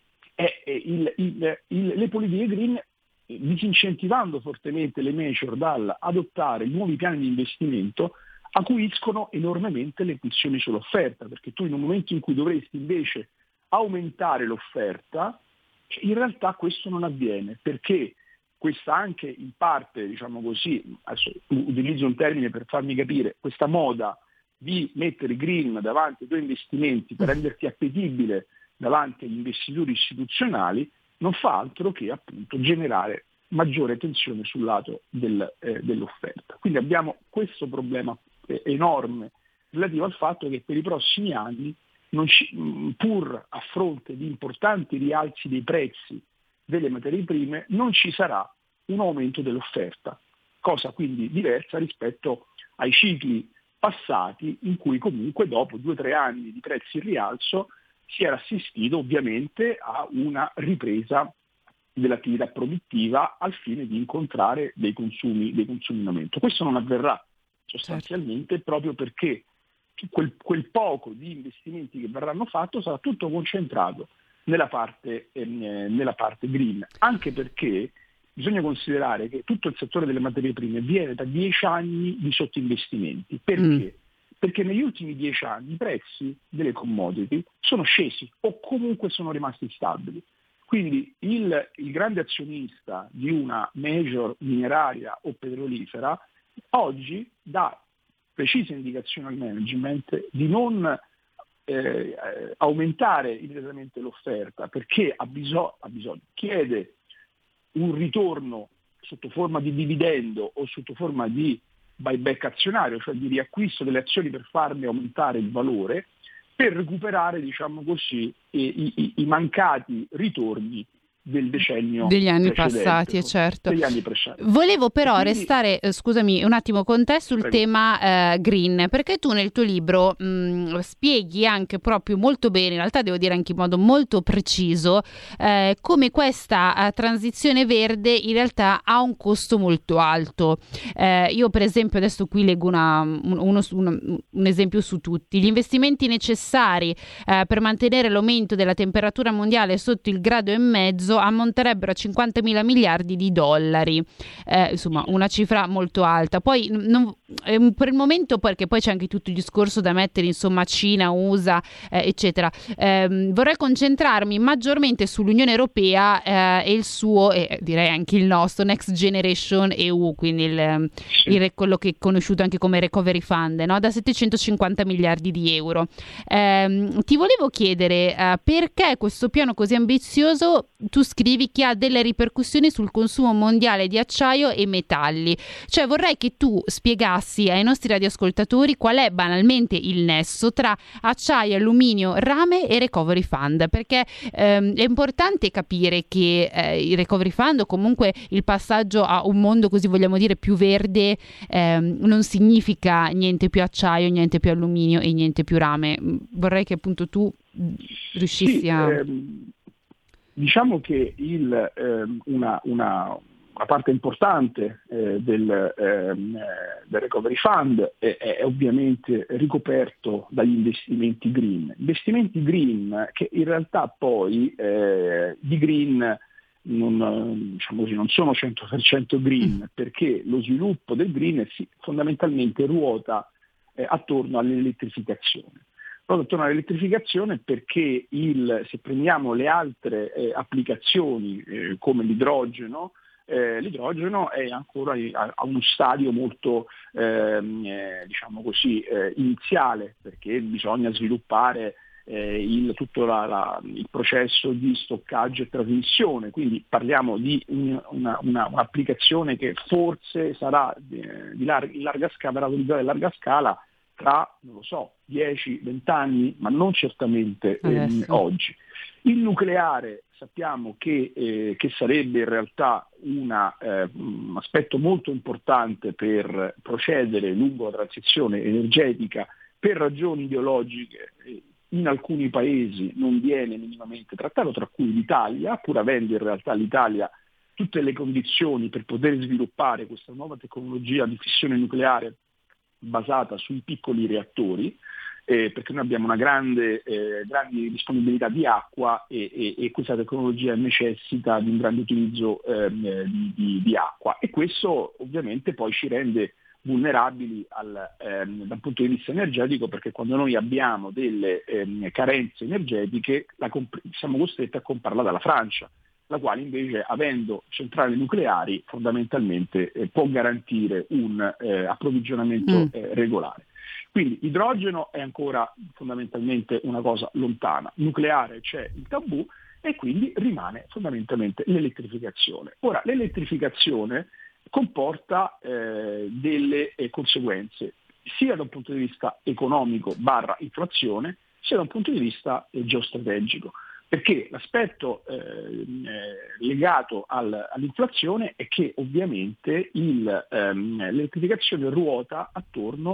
le politiche green, disincentivando fortemente le major dal adottare nuovi piani di investimento, acuiscono enormemente le tensioni sull'offerta, perché tu in un momento in cui dovresti invece aumentare l'offerta, in realtà questo non avviene, perché questa anche in parte, adesso utilizzo un termine per farmi capire, questa moda di mettere green davanti ai tuoi investimenti per renderti appetibile davanti agli investitori istituzionali, non fa altro che appunto generare maggiore tensione sul lato dell'offerta. Quindi abbiamo questo problema enorme relativo al fatto che per i prossimi anni, pur a fronte di importanti rialzi dei prezzi delle materie prime, non ci sarà un aumento dell'offerta, cosa quindi diversa rispetto ai cicli passati in cui comunque dopo 2 o 3 anni di prezzi in rialzo si era assistito ovviamente a una ripresa dell'attività produttiva al fine di incontrare dei consumi in aumento. Questo non avverrà sostanzialmente proprio perché quel poco di investimenti che verranno fatti sarà tutto concentrato nella parte green, anche perché bisogna considerare che tutto il settore delle materie prime viene da 10 anni di sottoinvestimenti. Perché? Perché negli ultimi 10 anni i prezzi delle commodity sono scesi o comunque sono rimasti stabili. Quindi il grande azionista di una major mineraria o petrolifera oggi dà precise indicazioni al management di non aumentare immediatamente l'offerta, perché ha bisogno, chiede un ritorno sotto forma di dividendo o sotto forma di buyback azionario, cioè di riacquisto delle azioni per farne aumentare il valore, per recuperare, i mancati ritorni del decennio degli anni passati, certo. Volevo però restare, scusami, un attimo con te sul tema green, perché tu nel tuo libro spieghi anche proprio molto bene, in realtà devo dire anche in modo molto preciso, come questa transizione verde in realtà ha un costo molto alto. Io per esempio adesso qui leggo un esempio su tutti. Gli investimenti necessari per mantenere l'aumento della temperatura mondiale sotto il 1,5 gradi ammonterebbero a 50.000 miliardi di dollari, insomma una cifra molto alta. Poi per il momento, perché poi c'è anche tutto il discorso da mettere, insomma, Cina, USA, eccetera, vorrei concentrarmi maggiormente sull'Unione Europea e il suo, e direi anche il nostro Next Generation EU, quindi quello che è conosciuto anche come Recovery Fund, no? Da 750 miliardi di euro. Ti volevo chiedere perché questo piano così ambizioso tu tu scrivi che ha delle ripercussioni sul consumo mondiale di acciaio e metalli. Cioè vorrei che tu spiegassi ai nostri radioascoltatori qual è banalmente il nesso tra acciaio, alluminio, rame e Recovery Fund, perché è importante capire che il Recovery Fund, o comunque il passaggio a un mondo, così vogliamo dire, più verde, non significa niente più acciaio, niente più alluminio e niente più rame. Vorrei che appunto tu riuscissi a... Diciamo che una parte importante del Recovery Fund è ovviamente ricoperto dagli investimenti green. Investimenti green che in realtà poi di green non sono 100% green, perché lo sviluppo del green fondamentalmente ruota attorno all'elettrificazione. Attorno all'elettrificazione perché se prendiamo le altre applicazioni come l'idrogeno è ancora a uno stadio molto iniziale, perché bisogna sviluppare tutto il processo di stoccaggio e trasmissione, quindi parliamo di un'applicazione che forse sarà di larga scala, verrà utilizzata in larga scala tra, 10-20 anni, ma non certamente oggi. Il nucleare sappiamo che sarebbe in realtà un aspetto molto importante per procedere lungo la transizione energetica. Per ragioni ideologiche in alcuni paesi non viene minimamente trattato, tra cui l'Italia, pur avendo in realtà l'Italia tutte le condizioni per poter sviluppare questa nuova tecnologia di fissione nucleare basata sui piccoli reattori, perché noi abbiamo una grande disponibilità di acqua e questa tecnologia necessita di un grande utilizzo di acqua, e questo ovviamente poi ci rende vulnerabili dal punto di vista energetico, perché quando noi abbiamo delle carenze energetiche siamo costretti a comprarla dalla Francia, la quale invece, avendo centrali nucleari, fondamentalmente può garantire un approvvigionamento regolare. Quindi idrogeno è ancora fondamentalmente una cosa lontana, nucleare c'è il tabù e quindi rimane fondamentalmente l'elettrificazione. Ora, l'elettrificazione comporta delle conseguenze sia da un punto di vista economico / inflazione, sia da un punto di vista geostrategico. Perché l'aspetto legato all'inflazione è che ovviamente l'elettrificazione ruota attorno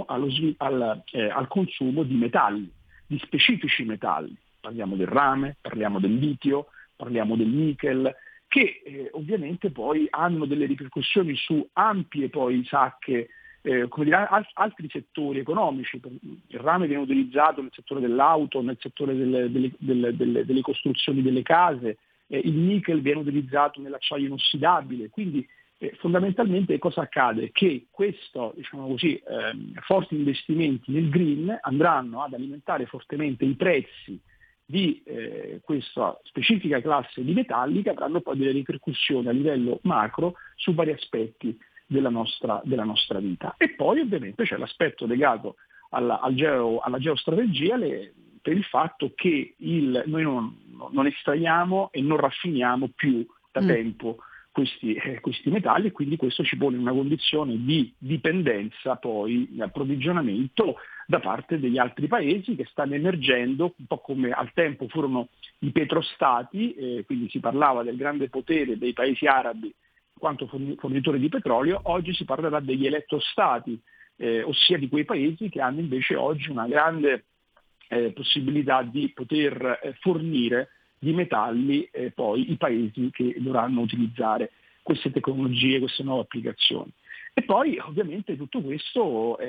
al consumo di metalli, di specifici metalli. Parliamo del rame, parliamo del litio, parliamo del nickel, che ovviamente poi hanno delle ripercussioni su ampie poi sacche, altri settori economici. Il rame viene utilizzato nel settore dell'auto, nel settore delle costruzioni delle case, il nickel viene utilizzato nell'acciaio inossidabile, quindi fondamentalmente cosa accade? Che questo, forti investimenti nel green andranno ad alimentare fortemente i prezzi di questa specifica classe di metalli, che avranno poi delle ripercussioni a livello macro su vari aspetti della nostra vita. E poi ovviamente c'è l'aspetto legato alla geostrategia, per il fatto che noi non estraiamo e non raffiniamo più da tempo questi metalli, e quindi questo ci pone in una condizione di dipendenza poi di approvvigionamento da parte degli altri paesi che stanno emergendo, un po' come al tempo furono i petrostati, quindi si parlava del grande potere dei paesi arabi quanto fornitori di petrolio. Oggi si parlerà degli elettrostati, ossia di quei paesi che hanno invece oggi una grande possibilità di poter fornire di metalli poi i paesi che dovranno utilizzare queste tecnologie, queste nuove applicazioni. E poi ovviamente tutto questo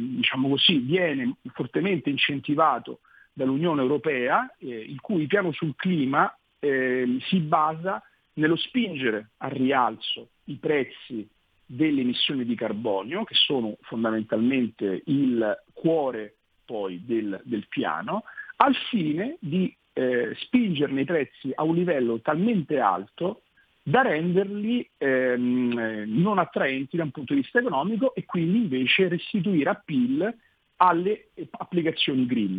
viene fortemente incentivato dall'Unione Europea, il cui piano sul clima si basa nello spingere al rialzo i prezzi delle emissioni di carbonio, che sono fondamentalmente il cuore poi del piano, al fine di spingerne i prezzi a un livello talmente alto da renderli non attraenti da un punto di vista economico, e quindi invece restituire appeal alle applicazioni green.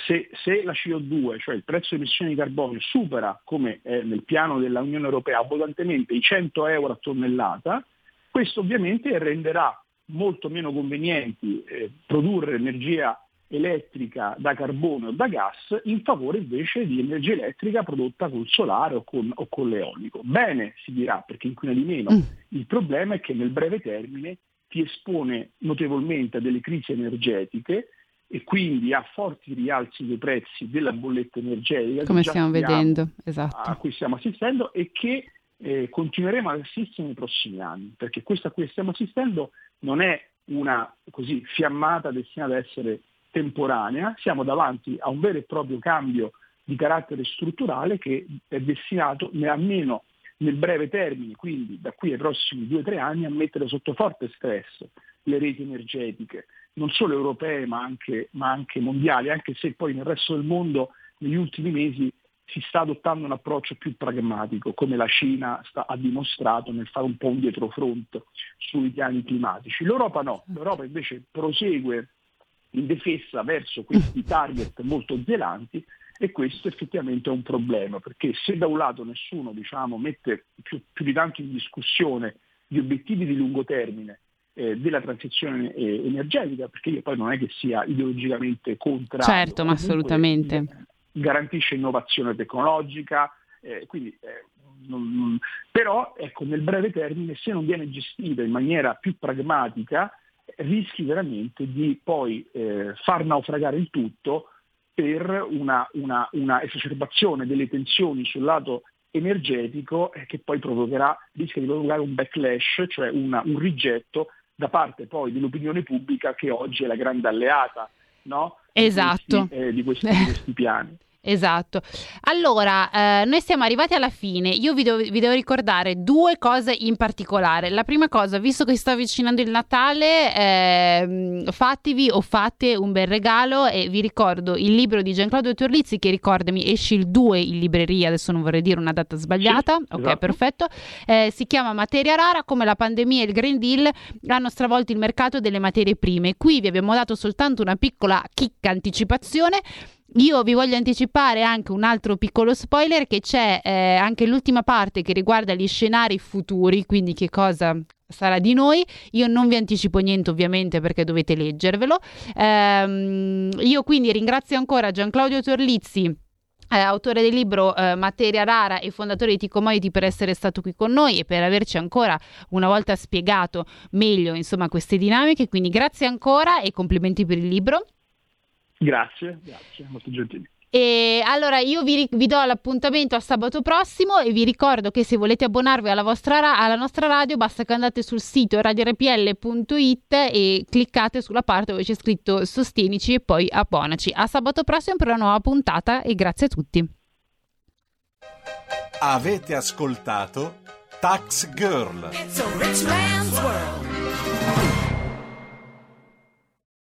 se la CO2, cioè il prezzo di emissione di carbonio, supera, come è nel piano dell'Unione Europea, abbondantemente i 100 euro a tonnellata, questo ovviamente renderà molto meno convenienti produrre energia elettrica da carbone o da gas in favore invece di energia elettrica prodotta col solare o con l'eolico. Bene, si dirà, perché inquina di meno. Il problema è che nel breve termine ti espone notevolmente a delle crisi energetiche e quindi a forti rialzi dei prezzi della bolletta energetica, come stiamo vedendo, esatto, a cui stiamo assistendo e che continueremo ad assistere nei prossimi anni, perché questa a cui stiamo assistendo non è una così fiammata destinata ad essere temporanea, siamo davanti a un vero e proprio cambio di carattere strutturale che è destinato, almeno nel breve termine, quindi da qui ai prossimi 2-3 anni, a mettere sotto forte stress le reti energetiche, non solo europee ma anche mondiali, anche se poi nel resto del mondo negli ultimi mesi si sta adottando un approccio più pragmatico, come la Cina ha dimostrato nel fare un po' un dietrofront sui piani climatici. L'Europa no, l'Europa invece prosegue in difesa verso questi target molto zelanti e questo effettivamente è un problema, perché se da un lato nessuno mette più di tanto in discussione gli obiettivi di lungo termine della transizione energetica, perché io poi non è che sia ideologicamente contrario, certo, ma assolutamente garantisce innovazione tecnologica, però ecco, nel breve termine, se non viene gestita in maniera più pragmatica, rischi veramente di poi far naufragare il tutto per una esacerbazione delle tensioni sul lato energetico che poi rischia di provocare un backlash, cioè un rigetto da parte poi dell'opinione pubblica, che oggi è la grande alleata, no? Esatto. di questi piani. Esatto. Allora, noi siamo arrivati alla fine. Io vi devo ricordare due cose in particolare. La prima cosa, visto che sta avvicinando il Natale, fatevi o fate un bel regalo, e vi ricordo il libro di Gianclaudio Torlizzi, che, ricordami, esce il 2 in libreria, adesso non vorrei dire una data sbagliata. Sì, ok, esatto. Perfetto. Si chiama Materia Rara: come la pandemia e il Green Deal hanno stravolto il mercato delle materie prime. Qui vi abbiamo dato soltanto una piccola chicca anticipazione. Io vi voglio anticipare anche un altro piccolo spoiler, che c'è anche l'ultima parte che riguarda gli scenari futuri, quindi che cosa sarà di noi. Io non vi anticipo niente ovviamente, perché dovete leggervelo. Io quindi ringrazio ancora Gianclaudio Torlizzi, autore del libro Materia Rara e fondatore di T-Commodity, per essere stato qui con noi e per averci ancora una volta spiegato meglio, insomma, queste dinamiche. Quindi grazie ancora e complimenti per il libro. Grazie, molto gentili. E allora io vi do l'appuntamento a sabato prossimo, e vi ricordo che se volete abbonarvi alla nostra radio basta che andate sul sito radiorpl.it e cliccate sulla parte dove c'è scritto Sostienici e poi abbonaci. A sabato prossimo per una nuova puntata, e grazie a tutti. Avete ascoltato Tax Girl. It's a rich man's world.